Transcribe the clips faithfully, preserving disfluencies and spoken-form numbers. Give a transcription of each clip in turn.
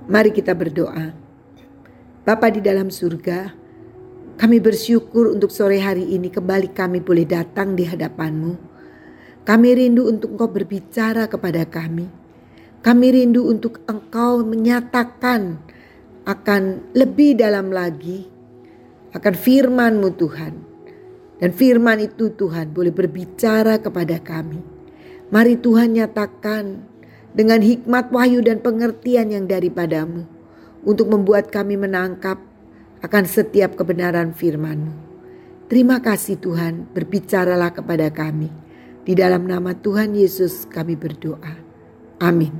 Mari kita berdoa. Bapa di dalam surga, kami bersyukur untuk sore hari ini kembali kami boleh datang di hadapan-Mu. Kami rindu untuk Engkau berbicara kepada kami. Kami rindu untuk Engkau menyatakan akan lebih dalam lagi akan firman-Mu Tuhan. Dan firman itu Tuhan boleh berbicara kepada kami. Mari Tuhan nyatakan dengan hikmat, wahyu dan pengertian yang daripada-Mu untuk membuat kami menangkap akan setiap kebenaran firman-Mu. Terima kasih Tuhan, berbicaralah kepada kami. Di dalam nama Tuhan Yesus kami berdoa. Amin.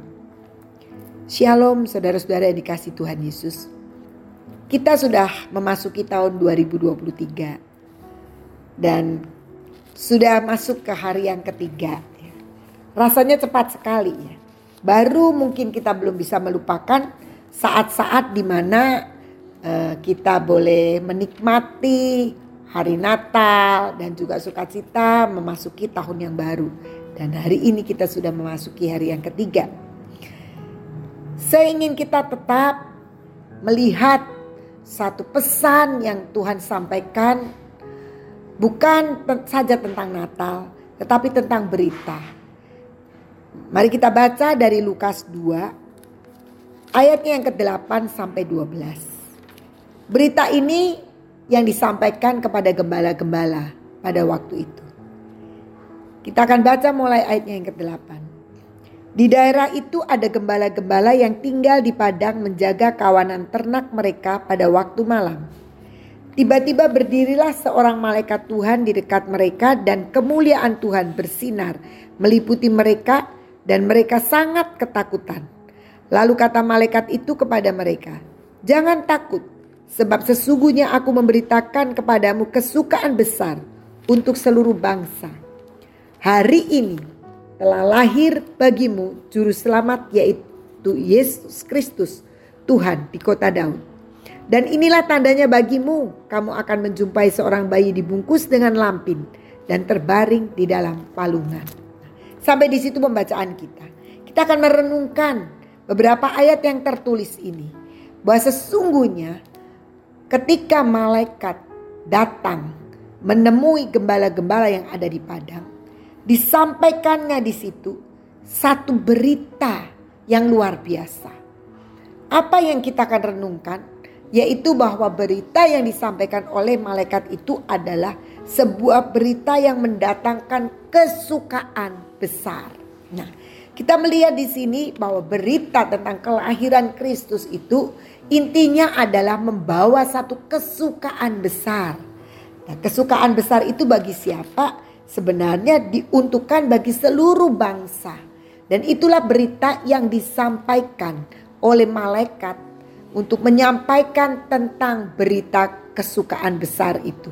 Shalom saudara-saudara yang dikasihi Tuhan Yesus. Kita sudah memasuki tahun dua ribu dua puluh tiga dan sudah masuk ke hari yang ketiga. Rasanya cepat sekali ya. Baru mungkin kita belum bisa melupakan saat-saat di mana uh, kita boleh menikmati hari Natal dan juga sukacita memasuki tahun yang baru. Dan hari ini kita sudah memasuki hari yang ketiga. Saya ingin kita tetap melihat satu pesan yang Tuhan sampaikan, bukan saja tentang Natal, tetapi tentang berita. Mari kita baca dari Lukas dua ayatnya yang kedelapan sampai dua belas. Berita ini yang disampaikan kepada gembala-gembala pada waktu itu. Kita akan baca mulai ayatnya yang kedelapan. Di daerah itu ada gembala-gembala yang tinggal di padang menjaga kawanan ternak mereka pada waktu malam. Tiba-tiba berdirilah seorang malaikat Tuhan di dekat mereka dan kemuliaan Tuhan bersinar meliputi mereka dan mereka sangat ketakutan. Lalu kata malaikat itu kepada mereka, "Jangan takut, sebab sesungguhnya aku memberitakan kepadamu kesukaan besar untuk seluruh bangsa. Hari ini telah lahir bagimu juru selamat, yaitu Yesus Kristus Tuhan di kota Daud. Dan inilah tandanya bagimu, kamu akan menjumpai seorang bayi dibungkus dengan lampin dan terbaring di dalam palungan." Sampai di situ pembacaan kita. Kita akan merenungkan beberapa ayat yang tertulis ini. Bahwa sesungguhnya ketika malaikat datang menemui gembala-gembala yang ada di padang, disampaikannya di situ satu berita yang luar biasa. Apa yang kita akan renungkan? Yaitu bahwa berita yang disampaikan oleh malaikat itu adalah sebuah berita yang mendatangkan kesukaan besar. Nah, kita melihat di sini bahwa berita tentang kelahiran Kristus itu intinya adalah membawa satu kesukaan besar. Nah, kesukaan besar itu bagi siapa? Sebenarnya diuntukkan bagi seluruh bangsa. Dan itulah berita yang disampaikan oleh malaikat untuk menyampaikan tentang berita kesukaan besar itu.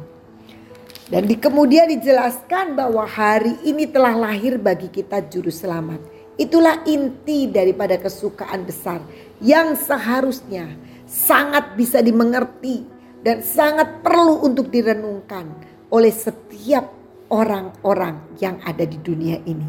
Dan di kemudian dijelaskan bahwa hari ini telah lahir bagi kita juru selamat. Itulah inti daripada kesukaan besar yang seharusnya sangat bisa dimengerti dan sangat perlu untuk direnungkan oleh setiap orang-orang yang ada di dunia ini.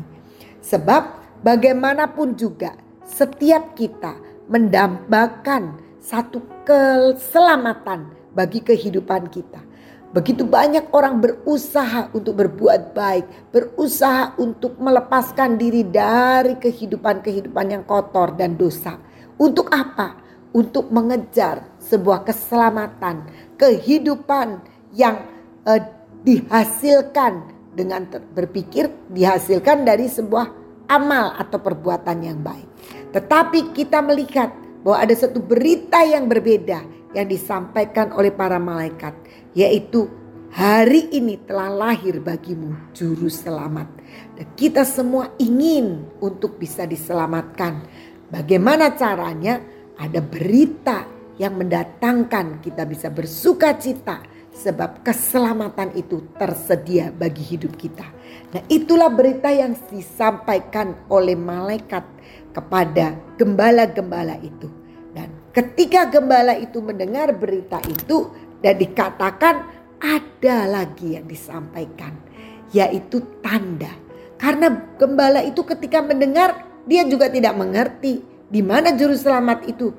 Sebab bagaimanapun juga setiap kita mendambakan satu keselamatan bagi kehidupan kita. Begitu banyak orang berusaha untuk berbuat baik, berusaha untuk melepaskan diri dari kehidupan-kehidupan yang kotor dan dosa. Untuk apa? Untuk mengejar sebuah keselamatan, kehidupan yang eh, dihasilkan dengan ter- berpikir, dihasilkan dari sebuah amal atau perbuatan yang baik. Tetapi kita melihat bahwa ada satu berita yang berbeda yang disampaikan oleh para malaikat, yaitu hari ini telah lahir bagimu juru selamat. Dan kita semua ingin untuk bisa diselamatkan. Bagaimana caranya? Ada berita yang mendatangkan kita bisa bersuka cita sebab keselamatan itu tersedia bagi hidup kita. Nah, itulah berita yang disampaikan oleh malaikat kepada gembala-gembala itu. Dan ketika gembala itu mendengar berita itu dan dikatakan ada lagi yang disampaikan, yaitu tanda. Karena gembala itu ketika mendengar dia juga tidak mengerti di mana juru selamat itu.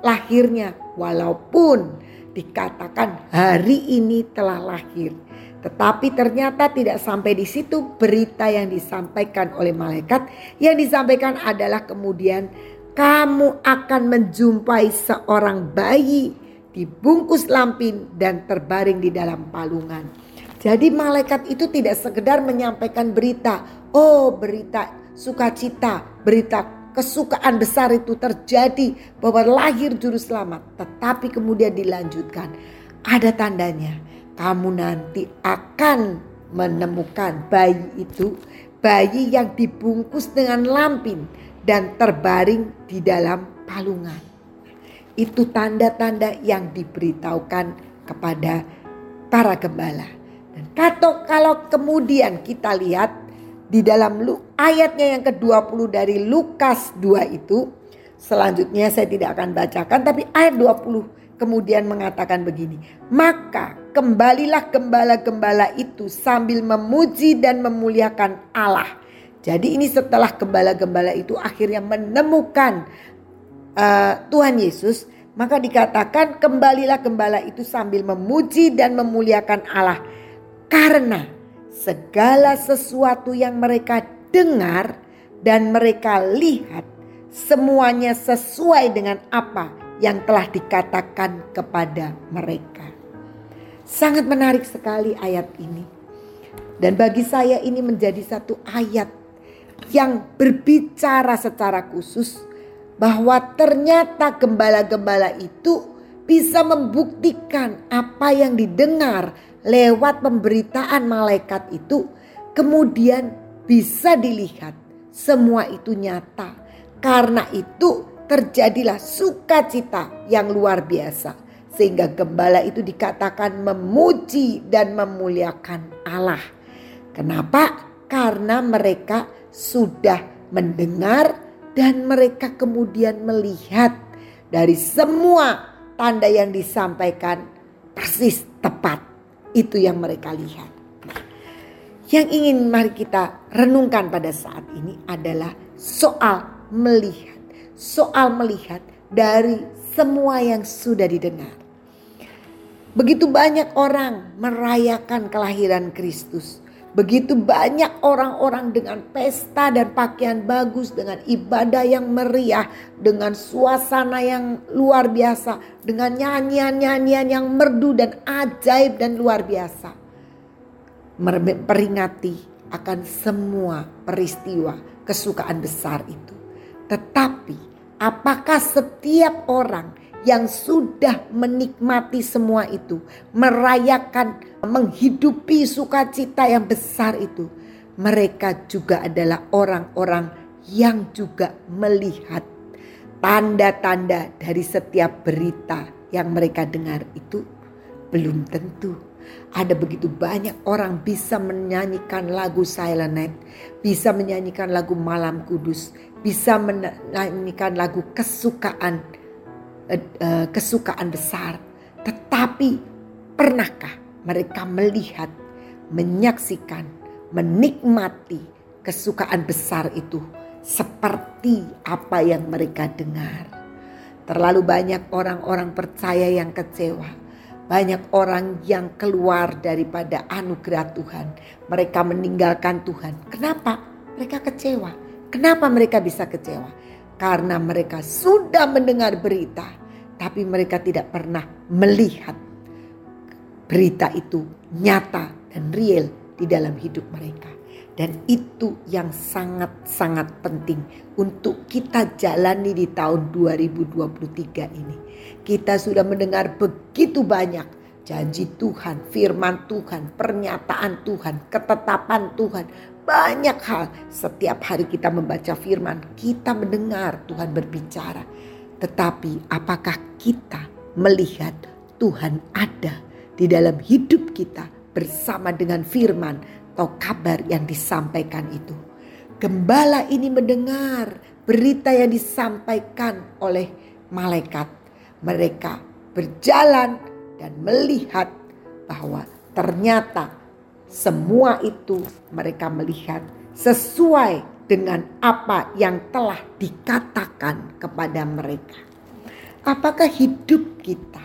lahirnya, walaupun dikatakan hari ini telah lahir. Tetapi ternyata tidak sampai di situ berita yang disampaikan oleh malaikat. Yang disampaikan adalah kemudian kamu akan menjumpai seorang bayi dibungkus lampin dan terbaring di dalam palungan. Jadi malaikat itu tidak sekedar menyampaikan berita, oh berita sukacita, berita kesukaan besar itu terjadi bahwa lahir juru selamat. Tetapi kemudian dilanjutkan, ada tandanya. Kamu nanti akan menemukan bayi itu, bayi yang dibungkus dengan lampin dan terbaring di dalam palungan. Itu tanda-tanda yang diberitahukan kepada para gembala. Dan kalau, kalau kemudian kita lihat di dalam ayatnya yang ke dua puluh dari Lukas dua itu, selanjutnya saya tidak akan bacakan, tapi ayat dua puluh kemudian mengatakan begini. Maka kembalilah gembala-gembala itu sambil memuji dan memuliakan Allah. Jadi ini setelah gembala-gembala itu akhirnya menemukan uh, Tuhan Yesus. Maka dikatakan kembalilah gembala itu sambil memuji dan memuliakan Allah. Karena segala sesuatu yang mereka dengar dan mereka lihat semuanya sesuai dengan apa yang telah dikatakan kepada mereka. Sangat menarik sekali ayat ini. Dan bagi saya ini menjadi satu ayat yang berbicara secara khusus bahwa ternyata gembala-gembala itu bisa membuktikan apa yang didengar lewat pemberitaan malaikat itu kemudian bisa dilihat. Semua itu nyata. Karena itu terjadilah sukacita yang luar biasa. Sehingga gembala itu dikatakan memuji dan memuliakan Allah. Kenapa? Karena mereka sudah mendengar dan mereka kemudian melihat dari semua tanda yang disampaikan persis tepat. Itu yang mereka lihat. Yang ingin mari kita renungkan pada saat ini adalah soal melihat. Soal melihat dari semua yang sudah didengar. Begitu banyak orang merayakan kelahiran Kristus. Begitu banyak orang-orang dengan pesta dan pakaian bagus, dengan ibadah yang meriah, dengan suasana yang luar biasa, dengan nyanyian-nyanyian yang merdu dan ajaib dan luar biasa. Memperingati akan semua peristiwa kesukaan besar itu. Tetapi apakah setiap orang yang sudah menikmati semua itu, merayakan, menghidupi sukacita yang besar itu, mereka juga adalah orang-orang yang juga melihat tanda-tanda dari setiap berita yang mereka dengar itu? Belum tentu. Ada begitu banyak orang bisa menyanyikan lagu Silent Night, bisa menyanyikan lagu Malam Kudus, bisa menyanyikan lagu kesukaan uh, kesukaan besar. Tetapi pernahkah mereka melihat, menyaksikan, menikmati kesukaan besar itu seperti apa yang mereka dengar? Terlalu banyak orang-orang percaya yang kecewa. Banyak orang yang keluar daripada anugerah Tuhan. Mereka meninggalkan Tuhan. Kenapa? Mereka kecewa. Kenapa mereka bisa kecewa? Karena mereka sudah mendengar berita. Tapi mereka tidak pernah melihat berita itu nyata dan real di dalam hidup mereka. Dan itu yang sangat-sangat penting untuk kita jalani di tahun dua ribu dua puluh tiga ini. Kita sudah mendengar begitu banyak janji Tuhan, firman Tuhan, pernyataan Tuhan, ketetapan Tuhan. Banyak hal, setiap hari kita membaca firman, kita mendengar Tuhan berbicara. Tetapi apakah kita melihat Tuhan ada di dalam hidup kita bersama dengan firman atau kabar yang disampaikan itu? Gembala ini mendengar berita yang disampaikan oleh malaikat. Mereka berjalan dan melihat bahwa ternyata semua itu mereka melihat sesuai dengan apa yang telah dikatakan kepada mereka. Apakah hidup kita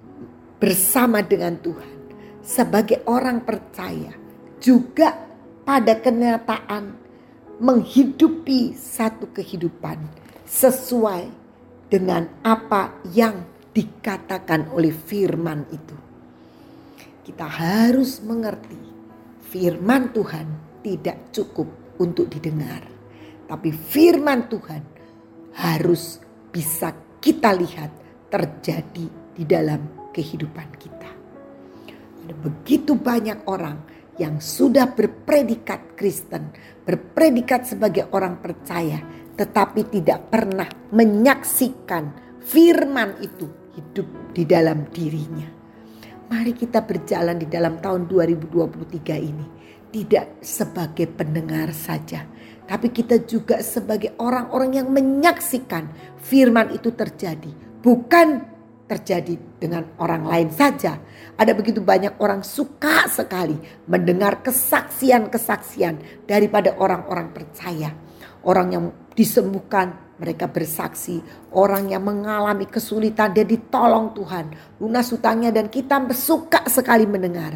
bersama dengan Tuhan sebagai orang percaya juga pada kenyataan menghidupi satu kehidupan sesuai dengan apa yang dikatakan oleh firman itu? Kita harus mengerti firman Tuhan tidak cukup untuk didengar, tapi firman Tuhan harus bisa kita lihat terjadi di dalam kehidupan kita. Ada begitu banyak orang yang sudah berpredikat Kristen, berpredikat sebagai orang percaya, tetapi tidak pernah menyaksikan firman itu hidup di dalam dirinya. Mari kita berjalan di dalam tahun dua ribu dua puluh tiga ini tidak sebagai pendengar saja, tapi kita juga sebagai orang-orang yang menyaksikan firman itu terjadi. Bukan terjadi dengan orang lain saja. Ada begitu banyak orang suka sekali mendengar kesaksian-kesaksian daripada orang-orang percaya. Orang yang disembuhkan, mereka bersaksi. Orang yang mengalami kesulitan, dia ditolong Tuhan, lunas hutangnya, dan kita suka sekali mendengar.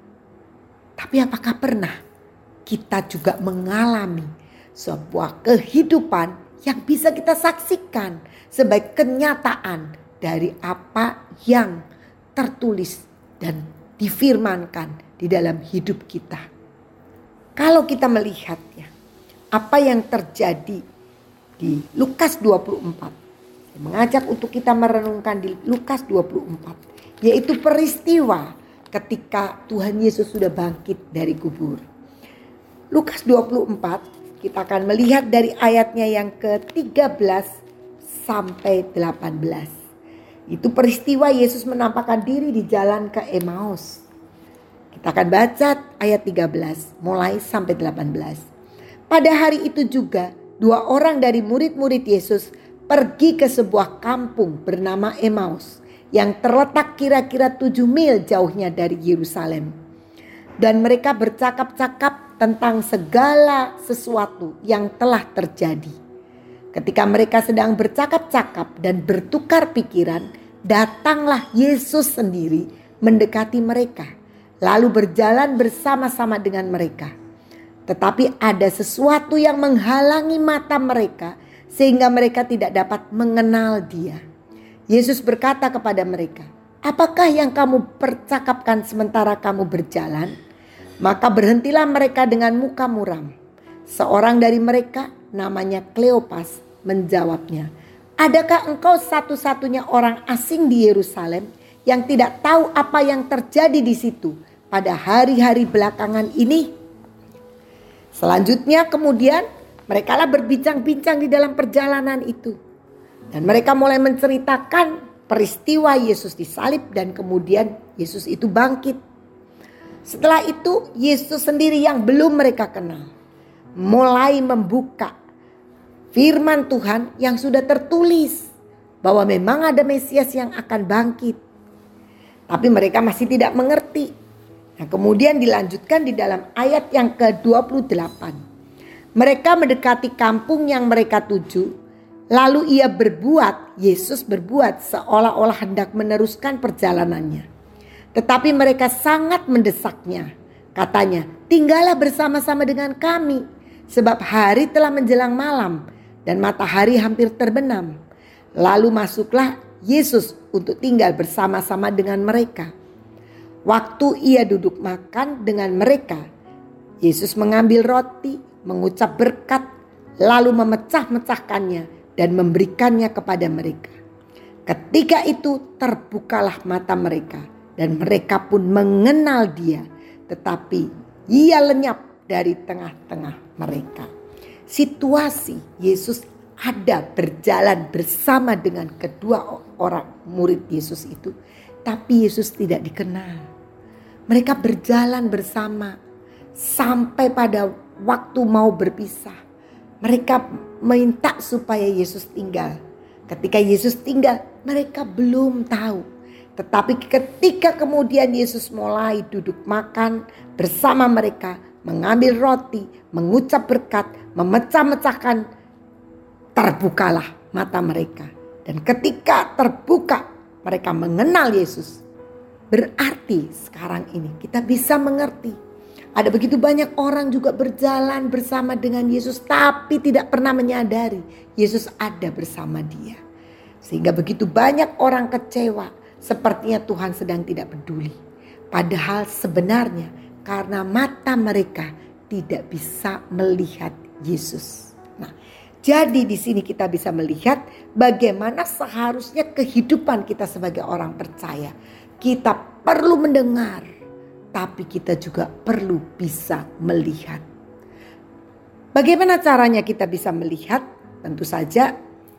Tapi apakah pernah kita juga mengalami sebuah kehidupan yang bisa kita saksikan sebagai kenyataan dari apa yang tertulis dan difirmankan di dalam hidup kita? Kalau kita melihatnya, apa yang terjadi di Lukas dua puluh empat, saya mengajak untuk kita merenungkan di Lukas dua puluh empat, yaitu peristiwa ketika Tuhan Yesus sudah bangkit dari kubur. Lukas dua puluh empat, kita akan melihat dari ayatnya yang ke tiga belas sampai delapan belas. Itu peristiwa Yesus menampakkan diri di jalan ke Emmaus. Kita akan baca ayat tiga belas mulai sampai delapan belas. Pada hari itu juga dua orang dari murid-murid Yesus pergi ke sebuah kampung bernama Emmaus yang terletak kira-kira tujuh mil jauhnya dari Yerusalem. Dan mereka bercakap-cakap tentang segala sesuatu yang telah terjadi. Ketika mereka sedang bercakap-cakap dan bertukar pikiran, datanglah Yesus sendiri mendekati mereka, lalu berjalan bersama-sama dengan mereka. Tetapi ada sesuatu yang menghalangi mata mereka sehingga mereka tidak dapat mengenal Dia. Yesus berkata kepada mereka, "Apakah yang kamu percakapkan sementara kamu berjalan?" Maka berhentilah mereka dengan muka muram. Seorang dari mereka, namanya Kleopas, menjawabnya, "Adakah engkau satu-satunya orang asing di Yerusalem yang tidak tahu apa yang terjadi di situ pada hari-hari belakangan ini?" Selanjutnya kemudian mereka lah berbincang-bincang di dalam perjalanan itu. Dan mereka mulai menceritakan peristiwa Yesus disalib dan kemudian Yesus itu bangkit. Setelah itu Yesus sendiri yang belum mereka kenal mulai membuka firman Tuhan yang sudah tertulis bahwa memang ada Mesias yang akan bangkit. Tapi mereka masih tidak mengerti. Nah, kemudian dilanjutkan di dalam ayat yang ke dua puluh delapan. Mereka mendekati kampung yang mereka tuju. Lalu ia berbuat, Yesus berbuat seolah-olah hendak meneruskan perjalanannya. Tetapi mereka sangat mendesaknya. Katanya, "Tinggallah bersama-sama dengan kami. Sebab hari telah menjelang malam dan matahari hampir terbenam." Lalu masuklah Yesus untuk tinggal bersama-sama dengan mereka. Waktu ia duduk makan dengan mereka, Yesus mengambil roti, mengucap berkat, lalu memecah-mecahkannya dan memberikannya kepada mereka. Ketika itu terbukalah mata mereka dan mereka pun mengenal Dia, tetapi ia lenyap dari tengah-tengah mereka. Situasi Yesus ada berjalan bersama dengan kedua orang murid Yesus itu, tapi Yesus tidak dikenal. Mereka berjalan bersama sampai pada waktu mau berpisah. Mereka minta supaya Yesus tinggal. Ketika Yesus tinggal, mereka belum tahu. Tetapi ketika kemudian Yesus mulai duduk makan bersama mereka, mengambil roti, mengucap berkat, memecah-mecahkan, terbukalah mata mereka. Dan ketika terbuka mereka mengenal Yesus, berarti sekarang ini kita bisa mengerti. Ada begitu banyak orang juga berjalan bersama dengan Yesus tapi tidak pernah menyadari Yesus ada bersama dia. Sehingga begitu banyak orang kecewa, sepertinya Tuhan sedang tidak peduli. Padahal sebenarnya karena mata mereka tidak bisa melihat Yesus. Nah, jadi di sini kita bisa melihat bagaimana seharusnya kehidupan kita sebagai orang percaya. Kita perlu mendengar, tapi kita juga perlu bisa melihat. Bagaimana caranya kita bisa melihat? Tentu saja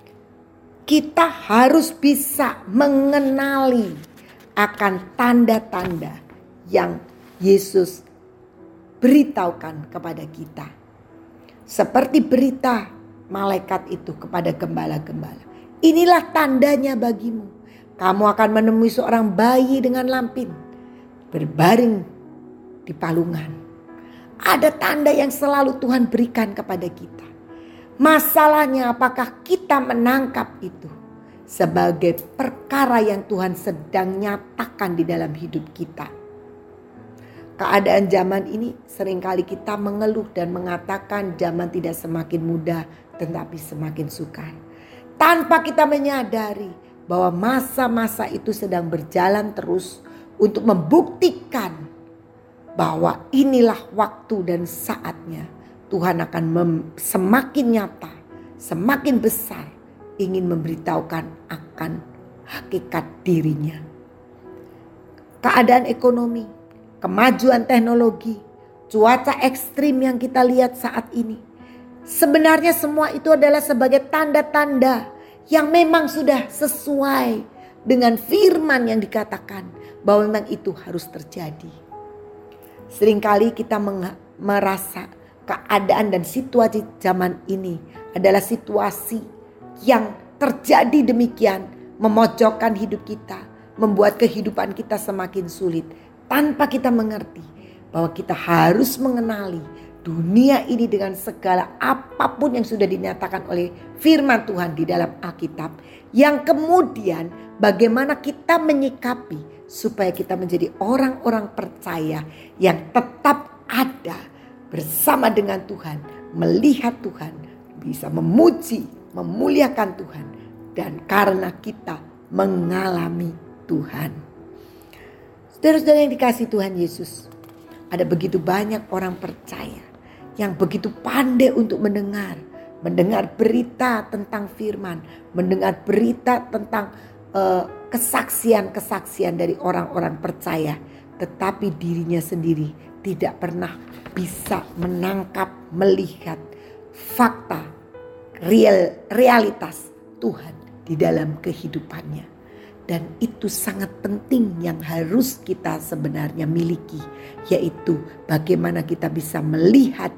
kita harus bisa mengenali akan tanda-tanda yang Yesus beritahukan kepada kita. Seperti berita malaikat itu kepada gembala-gembala. Inilah tandanya bagimu. Kamu akan menemui seorang bayi dengan lampin berbaring di palungan. Ada tanda yang selalu Tuhan berikan kepada kita. Masalahnya apakah kita menangkap itu sebagai perkara yang Tuhan sedang nyatakan di dalam hidup kita. Keadaan zaman ini seringkali kita mengeluh dan mengatakan zaman tidak semakin mudah tetapi semakin sukar. Tanpa kita menyadari bahwa masa-masa itu sedang berjalan terus untuk membuktikan bahwa inilah waktu dan saatnya Tuhan akan mem- semakin nyata, semakin besar ingin memberitahukan akan hakikat dirinya. Keadaan ekonomi, kemajuan teknologi, cuaca ekstrim yang kita lihat saat ini. Sebenarnya semua itu adalah sebagai tanda-tanda yang memang sudah sesuai dengan firman yang dikatakan bahwa memang itu harus terjadi. Seringkali kita meng- merasa keadaan dan situasi zaman ini adalah situasi yang terjadi demikian, memojokkan hidup kita, membuat kehidupan kita semakin sulit. Tanpa kita mengerti bahwa kita harus mengenali dunia ini dengan segala apapun yang sudah dinyatakan oleh firman Tuhan di dalam Alkitab. Yang kemudian bagaimana kita menyikapi supaya kita menjadi orang-orang percaya yang tetap ada bersama dengan Tuhan, melihat Tuhan, bisa memuji, memuliakan Tuhan. Dan karena kita mengalami Tuhan. Saudara-saudara yang dikasihi Tuhan Yesus, ada begitu banyak orang percaya yang begitu pandai untuk mendengar, mendengar berita tentang firman, mendengar berita tentang uh, kesaksian-kesaksian dari orang-orang percaya, tetapi dirinya sendiri tidak pernah bisa menangkap, melihat fakta, real, realitas Tuhan di dalam kehidupannya. Dan itu sangat penting yang harus kita sebenarnya miliki, yaitu bagaimana kita bisa melihat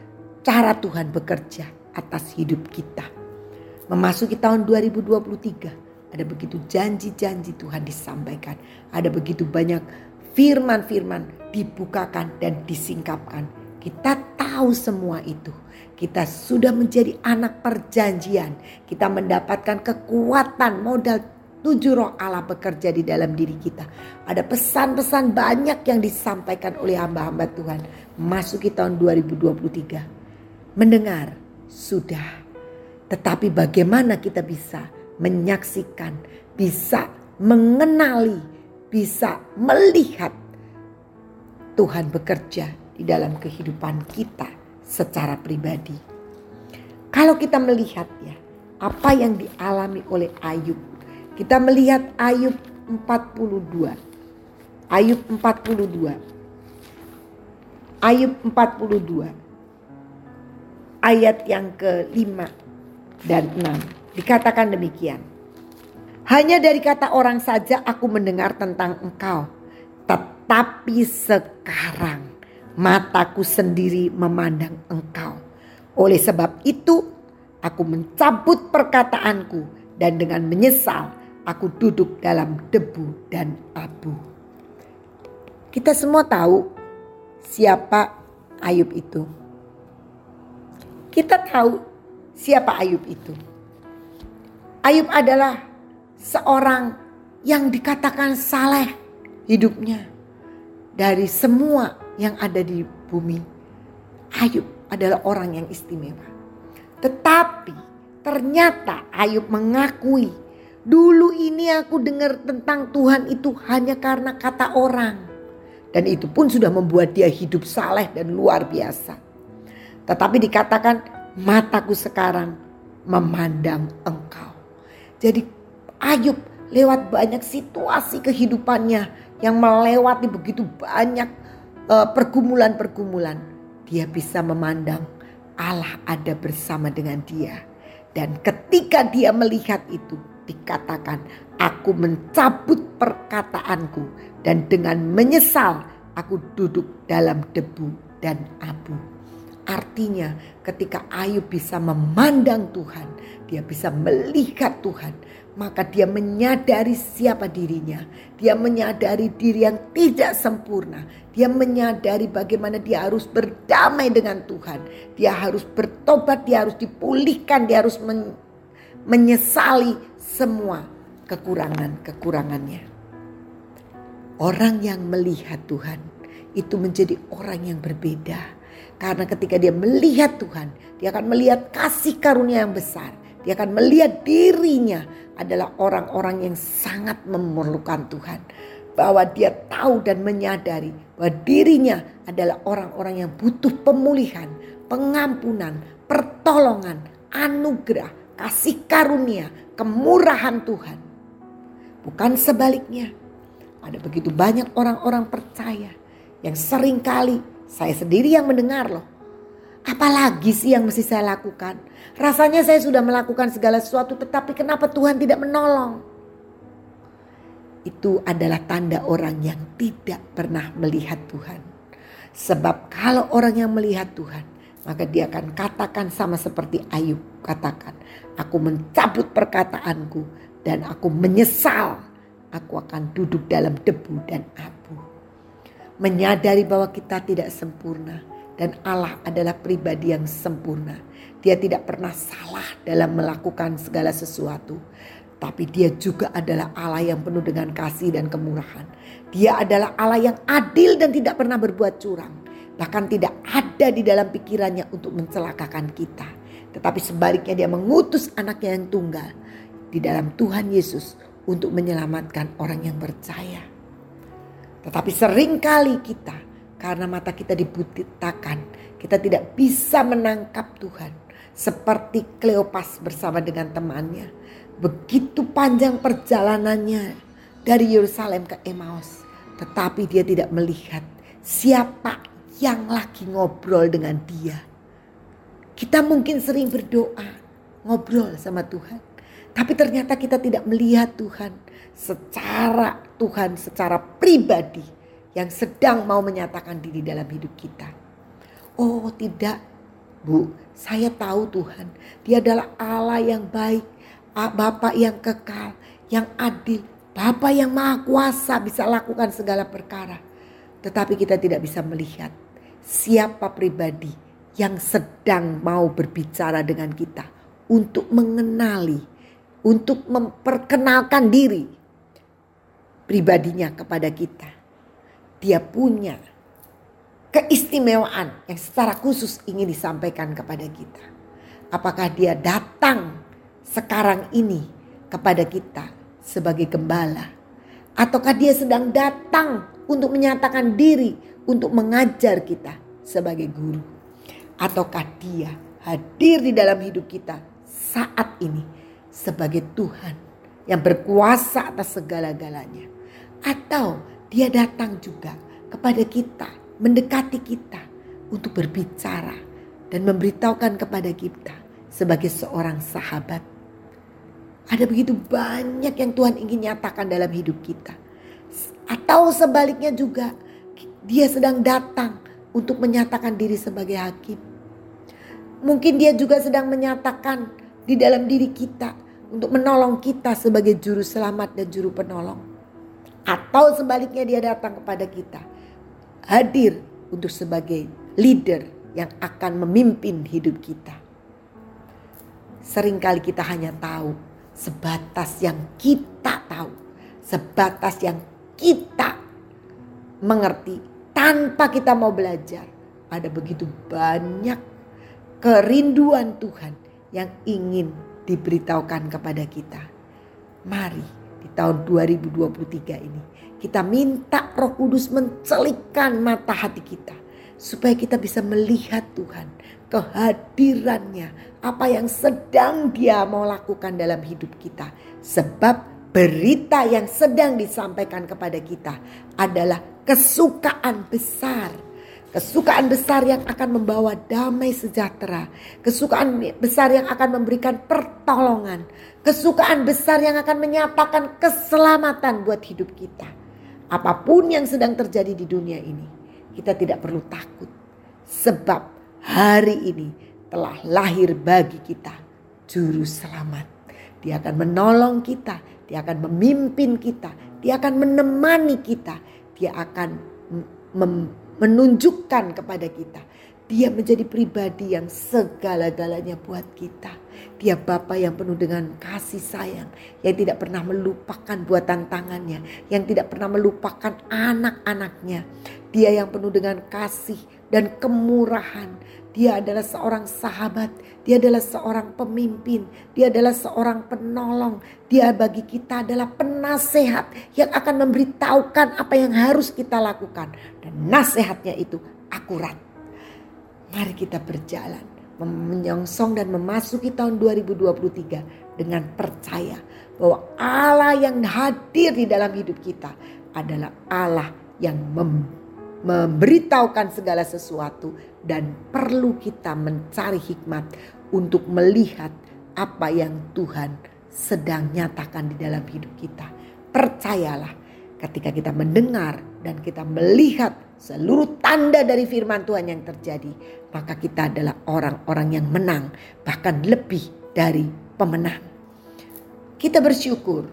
cara Tuhan bekerja atas hidup kita. Memasuki tahun dua ribu dua puluh tiga, ada begitu janji-janji Tuhan disampaikan. Ada begitu banyak firman-firman dibukakan dan disingkapkan. Kita tahu semua itu. Kita sudah menjadi anak perjanjian. Kita mendapatkan kekuatan modal tujuh roh Allah bekerja di dalam diri kita. Ada pesan-pesan banyak yang disampaikan oleh hamba-hamba Tuhan. Masuki tahun dua ribu dua puluh tiga. Mendengar sudah. Tetapi bagaimana kita bisa menyaksikan, bisa mengenali, bisa melihat Tuhan bekerja di dalam kehidupan kita secara pribadi. Kalau kita melihat ya, apa yang dialami oleh Ayub. Kita melihat Ayub empat puluh dua. Ayub empat puluh dua. Ayub empat puluh dua. Ayat yang kelima dan enam. Dikatakan demikian. Hanya dari kata orang saja aku mendengar tentang engkau. Tetapi sekarang mataku sendiri memandang engkau. Oleh sebab itu aku mencabut perkataanku dan dengan menyesal aku duduk dalam debu dan abu. Kita semua tahu siapa Ayub itu. Kita tahu siapa Ayub itu. Ayub adalah seorang yang dikatakan saleh hidupnya dari semua yang ada di bumi. Ayub adalah orang yang istimewa. Tetapi ternyata Ayub mengakui, dulu ini aku dengar tentang Tuhan itu hanya karena kata orang. Dan itu pun sudah membuat dia hidup saleh dan luar biasa. Tetapi dikatakan, mataku sekarang memandang Engkau. Jadi Ayub lewat banyak situasi kehidupannya yang melewati begitu banyak uh, pergumulan-pergumulan. Dia bisa memandang Allah ada bersama dengan dia. Dan ketika dia melihat itu, dikatakan, aku mencabut perkataanku dan dengan menyesal aku duduk dalam debu dan abu. Artinya ketika Ayub bisa memandang Tuhan, dia bisa melihat Tuhan, maka dia menyadari siapa dirinya. Dia menyadari diri yang tidak sempurna. Dia menyadari bagaimana dia harus berdamai dengan Tuhan. Dia harus bertobat, dia harus dipulihkan, dia harus men- menyesali semua kekurangan-kekurangannya. Orang yang melihat Tuhan itu menjadi orang yang berbeda. Karena ketika dia melihat Tuhan, dia akan melihat kasih karunia yang besar. Dia akan melihat dirinya adalah orang-orang yang sangat memerlukan Tuhan. Bahwa dia tahu dan menyadari bahwa dirinya adalah orang-orang yang butuh pemulihan, pengampunan, pertolongan, anugerah, kasih karunia, kemurahan Tuhan. Bukan sebaliknya. Ada begitu banyak orang-orang percaya yang seringkali saya sendiri yang mendengar loh. Apalagi sih yang mesti saya lakukan? Rasanya saya sudah melakukan segala sesuatu, tetapi kenapa Tuhan tidak menolong? Itu adalah tanda orang yang tidak pernah melihat Tuhan. Sebab kalau orang yang melihat Tuhan, maka dia akan katakan sama seperti Ayub katakan. Aku mencabut perkataanku dan aku menyesal. Aku akan duduk dalam debu dan abu. Menyadari bahwa kita tidak sempurna. Dan Allah adalah pribadi yang sempurna. Dia tidak pernah salah dalam melakukan segala sesuatu. Tapi dia juga adalah Allah yang penuh dengan kasih dan kemurahan. Dia adalah Allah yang adil dan tidak pernah berbuat curang. Bahkan tidak ada di dalam pikirannya untuk mencelakakan kita. Tetapi sebaliknya dia mengutus anaknya yang tunggal di dalam Tuhan Yesus untuk menyelamatkan orang yang percaya. Tetapi seringkali kita, karena mata kita dibutitakan, kita tidak bisa menangkap Tuhan. Seperti Kleopas bersama dengan temannya. Begitu panjang perjalanannya dari Yerusalem ke Emmaus. Tetapi dia tidak melihat siapa yang lagi ngobrol dengan dia. Kita mungkin sering berdoa, ngobrol sama Tuhan. Tapi ternyata kita tidak melihat Tuhan secara Tuhan secara pribadi yang sedang mau menyatakan diri dalam hidup kita. Oh tidak, Bu, saya tahu Tuhan. Dia adalah Allah yang baik, Bapa yang kekal, yang adil, Bapa yang maha kuasa bisa lakukan segala perkara. Tetapi kita tidak bisa melihat siapa pribadi yang sedang mau berbicara dengan kita untuk mengenali, untuk memperkenalkan diri pribadinya kepada kita. Dia punya keistimewaan yang secara khusus ingin disampaikan kepada kita. Apakah dia datang sekarang ini kepada kita sebagai gembala? Ataukah dia sedang datang untuk menyatakan diri untuk mengajar kita sebagai guru? Ataukah dia hadir di dalam hidup kita saat ini sebagai Tuhan yang berkuasa atas segala-galanya? Atau dia datang juga kepada kita, mendekati kita untuk berbicara dan memberitahukan kepada kita sebagai seorang sahabat. Ada begitu banyak yang Tuhan ingin nyatakan dalam hidup kita. Atau sebaliknya juga dia sedang datang untuk menyatakan diri sebagai hakim. Mungkin dia juga sedang menyatakan di dalam diri kita untuk menolong kita sebagai juru selamat dan juru penolong. Atau sebaliknya dia datang kepada kita, hadir untuk sebagai leader yang akan memimpin hidup kita. Seringkali kita hanya tahu sebatas yang kita tahu, sebatas yang kita mengerti tanpa kita mau belajar. Ada begitu banyak kerinduan Tuhan yang ingin diberitahukan kepada kita. Mari di tahun dua ribu dua puluh tiga ini kita minta Roh Kudus mencelikkan mata hati kita, supaya kita bisa melihat Tuhan, kehadirannya, apa yang sedang Dia mau lakukan dalam hidup kita. Sebab berita yang sedang disampaikan kepada kita adalah kesukaan besar. Kesukaan besar yang akan membawa damai sejahtera. Kesukaan besar yang akan memberikan pertolongan. Kesukaan besar yang akan menyatakan keselamatan buat hidup kita. Apapun yang sedang terjadi di dunia ini, kita tidak perlu takut. Sebab hari ini telah lahir bagi kita Juru Selamat. Dia akan menolong kita. Dia akan memimpin kita. Dia akan menemani kita. Dia akan mem- menunjukkan kepada kita. Dia menjadi pribadi yang segala-galanya buat kita. Dia Bapa yang penuh dengan kasih sayang. Yang tidak pernah melupakan buatan tangannya. Yang tidak pernah melupakan anak-anaknya. Dia yang penuh dengan kasih dan kemurahan. Dia adalah seorang sahabat. Dia adalah seorang pemimpin. Dia adalah seorang penolong. Dia bagi kita adalah penasehat yang akan memberitahukan apa yang harus kita lakukan. Dan nasihatnya itu akurat. Mari kita berjalan, menyongsong dan memasuki tahun dua ribu dua puluh tiga dengan percaya bahwa Allah yang hadir di dalam hidup kita adalah Allah yang mem memberitahukan segala sesuatu, dan perlu kita mencari hikmat untuk melihat apa yang Tuhan sedang nyatakan di dalam hidup kita. Percayalah, ketika kita mendengar dan kita melihat seluruh tanda dari firman Tuhan yang terjadi, maka kita adalah orang-orang yang menang, bahkan lebih dari pemenang. Kita bersyukur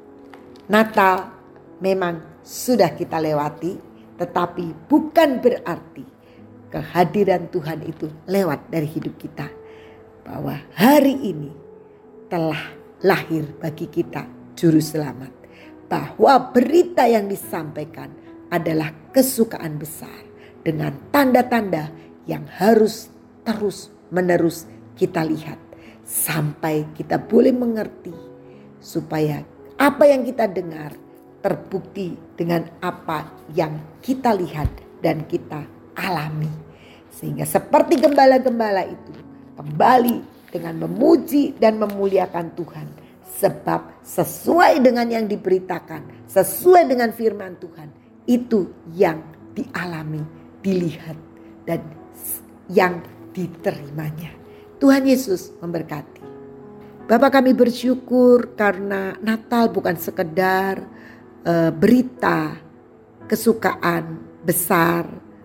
Natal memang sudah kita lewati, tetapi bukan berarti kehadiran Tuhan itu lewat dari hidup kita. Bahwa hari ini telah lahir bagi kita Juru Selamat. Bahwa berita yang disampaikan adalah kesukaan besar. Dengan tanda-tanda yang harus terus menerus kita lihat. Sampai kita boleh mengerti. Supaya apa yang kita dengar terbukti dengan apa yang kita lihat dan kita alami. Sehingga seperti gembala-gembala itu kembali dengan memuji dan memuliakan Tuhan. Sebab sesuai dengan yang diberitakan, sesuai dengan firman Tuhan, itu yang dialami, dilihat, dan yang diterimanya. Tuhan Yesus memberkati. Bapa, kami bersyukur karena Natal bukan sekedar uh, berita kesukaan besar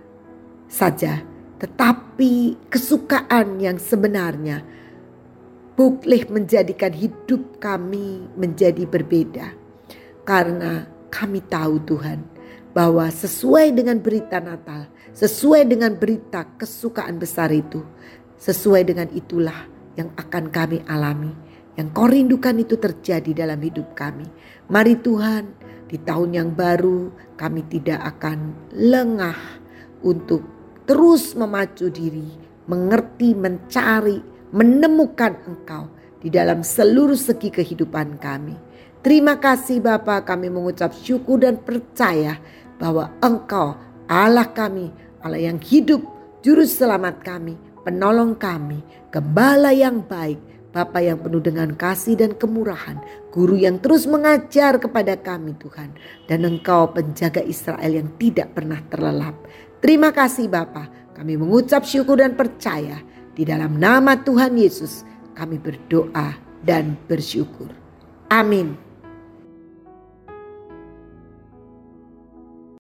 saja, tetapi kesukaan yang sebenarnya boleh menjadikan hidup kami menjadi berbeda. Karena kami tahu Tuhan bahwa sesuai dengan berita Natal, sesuai dengan berita kesukaan besar itu, sesuai dengan itulah yang akan kami alami. Yang kau rindukan itu terjadi dalam hidup kami. Mari Tuhan, di tahun yang baru kami tidak akan lengah untuk terus memacu diri, mengerti, mencari, menemukan Engkau di dalam seluruh segi kehidupan kami. Terima kasih Bapa, kami mengucap syukur dan percaya bahwa Engkau Allah kami, Allah yang hidup, Juru Selamat kami, penolong kami, Gembala yang baik, Bapa yang penuh dengan kasih dan kemurahan, Guru yang terus mengajar kepada kami Tuhan, dan Engkau penjaga Israel yang tidak pernah terlelap. Terima kasih Bapa, kami mengucap syukur dan percaya. Di dalam nama Tuhan Yesus kami berdoa dan bersyukur. Amin.